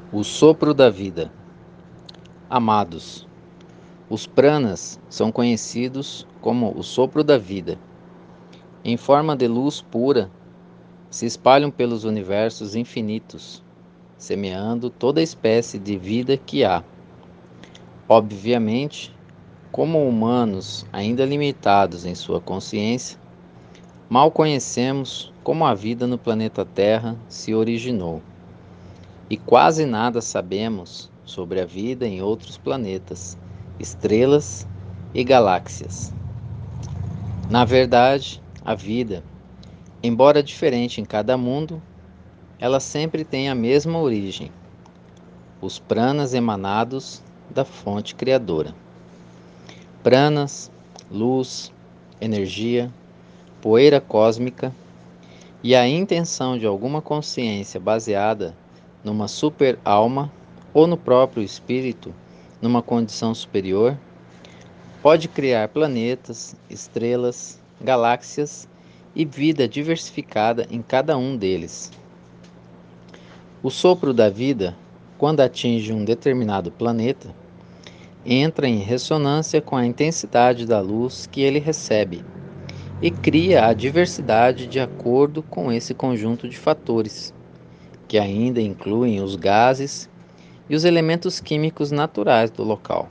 O sopro da vida. Amados, os pranas são conhecidos como o sopro da vida. Em forma de luz pura, se espalham pelos universos infinitos, semeando toda espécie de vida que há. Obviamente, como humanos ainda limitados em sua consciência, mal conhecemos como a vida no planeta Terra se originou. E quase nada sabemos sobre a vida em outros planetas, estrelas e galáxias. Na verdade, a vida, embora diferente em cada mundo, ela sempre tem a mesma origem: os pranas emanados da fonte criadora. Pranas, luz, energia, poeira cósmica e a intenção de alguma consciência baseada numa super-alma ou no próprio espírito, numa condição superior, pode criar planetas, estrelas, galáxias e vida diversificada em cada um deles. O sopro da vida, quando atinge um determinado planeta, entra em ressonância com a intensidade da luz que ele recebe e cria a diversidade de acordo com esse conjunto de fatores, que ainda incluem os gases e os elementos químicos naturais do local.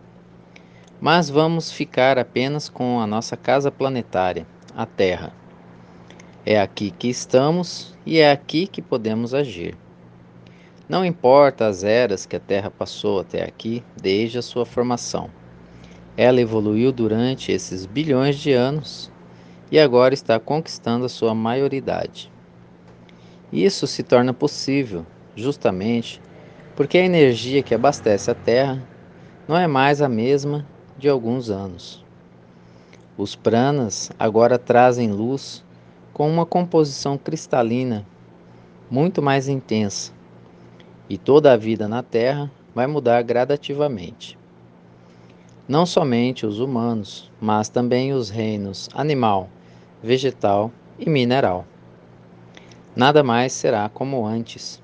Mas vamos ficar apenas com a nossa casa planetária, a Terra. É aqui que estamos e é aqui que podemos agir. Não importa as eras que a Terra passou até aqui desde a sua formação. Ela evoluiu durante esses bilhões de anos e agora está conquistando a sua maioridade. Isso se torna possível justamente porque a energia que abastece a Terra não é mais a mesma de alguns anos. Os pranas agora trazem luz com uma composição cristalina muito mais intensa, e toda a vida na Terra vai mudar gradativamente. Não somente os humanos, mas também os reinos animal, vegetal e mineral. Nada mais será como antes.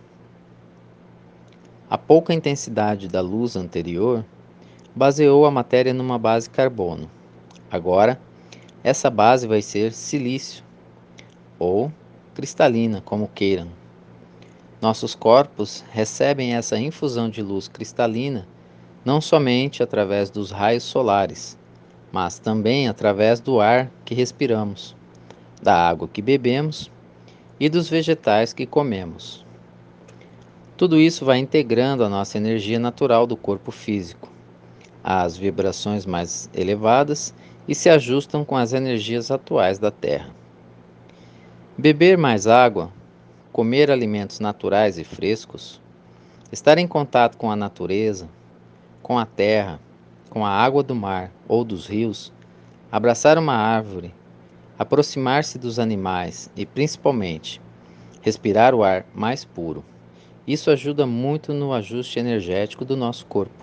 A pouca intensidade da luz anterior baseou a matéria numa base carbono. Agora, essa base vai ser silício, ou cristalina, como queiram. Nossos corpos recebem essa infusão de luz cristalina não somente através dos raios solares, mas também através do ar que respiramos, da água que bebemos e dos vegetais que comemos. Tudo isso vai integrando a nossa energia natural do corpo físico, às vibrações mais elevadas, e se ajustam com as energias atuais da Terra. Beber mais água, comer alimentos naturais e frescos, estar em contato com a natureza, com a terra, com a água do mar ou dos rios, abraçar uma árvore, aproximar-se dos animais e, principalmente, respirar o ar mais puro. Isso ajuda muito no ajuste energético do nosso corpo.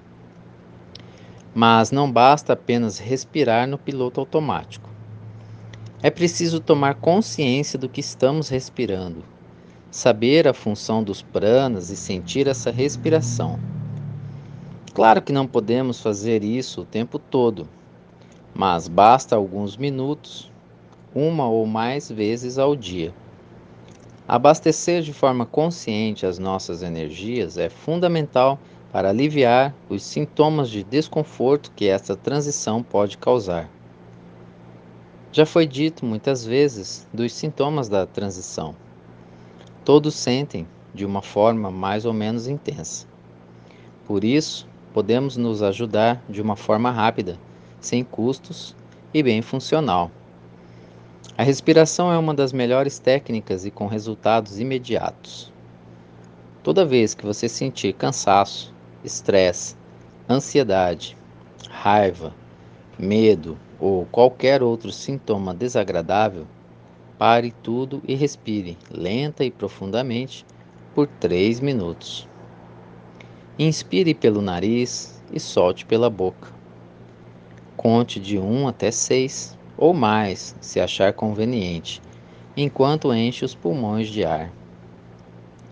Mas não basta apenas respirar no piloto automático. É preciso tomar consciência do que estamos respirando, saber a função dos pranas e sentir essa respiração. Claro que não podemos fazer isso o tempo todo, mas basta alguns minutos, uma ou mais vezes ao dia. Abastecer de forma consciente as nossas energias é fundamental para aliviar os sintomas de desconforto que essa transição pode causar. Já foi dito muitas vezes dos sintomas da transição. Todos sentem de uma forma mais ou menos intensa. Por isso, podemos nos ajudar de uma forma rápida, sem custos e bem funcional. A respiração é uma das melhores técnicas e com resultados imediatos. Toda vez que você sentir cansaço, estresse, ansiedade, raiva, medo ou qualquer outro sintoma desagradável, pare tudo e respire lenta e profundamente por 3 minutos. Inspire pelo nariz e solte pela boca. Conte de 1 até 6 ou mais, se achar conveniente, enquanto enche os pulmões de ar.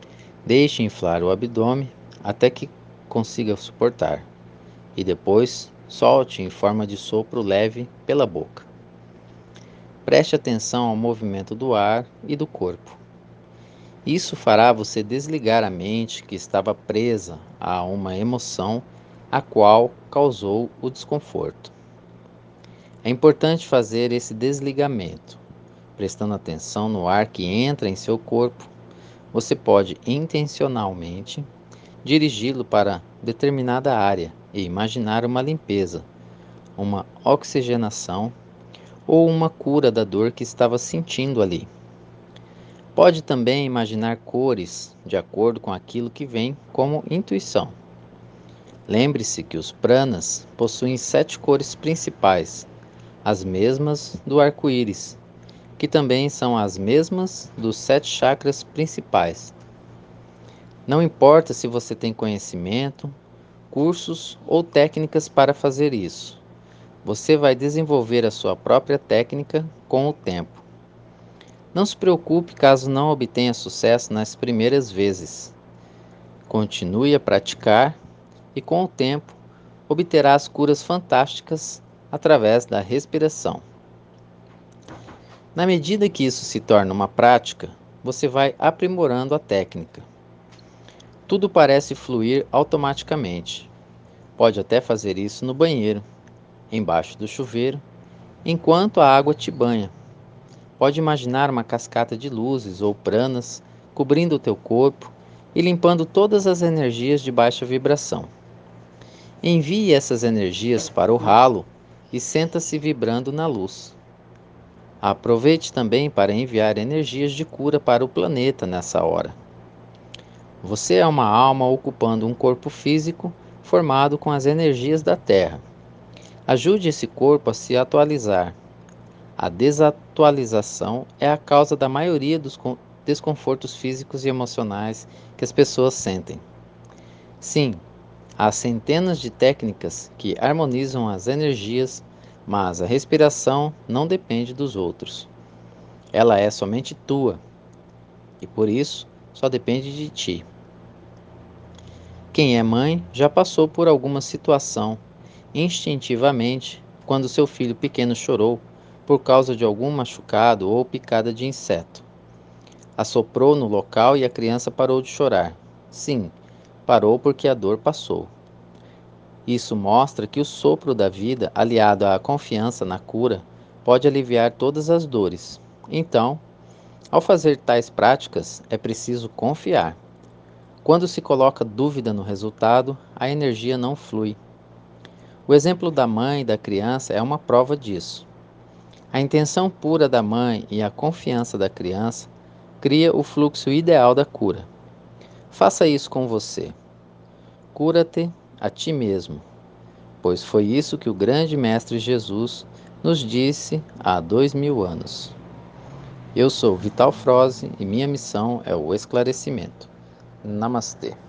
Deixe inflar o abdômen até que consiga suportar e depois solte em forma de sopro leve pela boca. Preste atenção ao movimento do ar e do corpo. Isso fará você desligar a mente que estava presa a uma emoção a qual causou o desconforto. É importante fazer esse desligamento, prestando atenção no ar que entra em seu corpo. Você pode intencionalmente dirigi-lo para determinada área e imaginar uma limpeza, uma oxigenação ou uma cura da dor que estava sentindo ali. Pode também imaginar cores de acordo com aquilo que vem como intuição. Lembre-se que os pranas possuem 7 cores principais, as mesmas do arco-íris, que também são as mesmas dos 7 chakras principais. Não importa se você tem conhecimento, cursos ou técnicas para fazer isso. Você vai desenvolver a sua própria técnica com o tempo. Não se preocupe caso não obtenha sucesso nas primeiras vezes. Continue a praticar e, com o tempo, obterá as curas fantásticas através da respiração. Na medida que isso se torna uma prática, você vai aprimorando a técnica. Tudo parece fluir automaticamente. Pode até fazer isso no banheiro, embaixo do chuveiro, enquanto a água te banha. Pode imaginar uma cascata de luzes ou pranas cobrindo o teu corpo e limpando todas as energias de baixa vibração. Envie essas energias para o ralo e senta-se vibrando na luz. Aproveite também para enviar energias de cura para o planeta nessa hora. Você é uma alma ocupando um corpo físico formado com as energias da Terra. Ajude esse corpo a se atualizar. A desatualização é a causa da maioria dos desconfortos físicos e emocionais que as pessoas sentem. Sim, há centenas de técnicas que harmonizam as energias, mas a respiração não depende dos outros. Ela é somente tua e por isso só depende de ti. Quem é mãe já passou por alguma situação instintivamente quando seu filho pequeno chorou por causa de algum machucado ou picada de inseto. Assoprou no local e a criança parou de chorar. Sim, parou porque a dor passou. Isso mostra que o sopro da vida, aliado à confiança na cura, pode aliviar todas as dores. Então, ao fazer tais práticas, é preciso confiar. Quando se coloca dúvida no resultado, a energia não flui. O exemplo da mãe e da criança é uma prova disso. A intenção pura da mãe e a confiança da criança cria o fluxo ideal da cura. Faça isso com você. Cura-te a ti mesmo, pois foi isso que o grande Mestre Jesus nos disse há 2000 anos. Eu sou Vital Froze e minha missão é o esclarecimento. Namastê.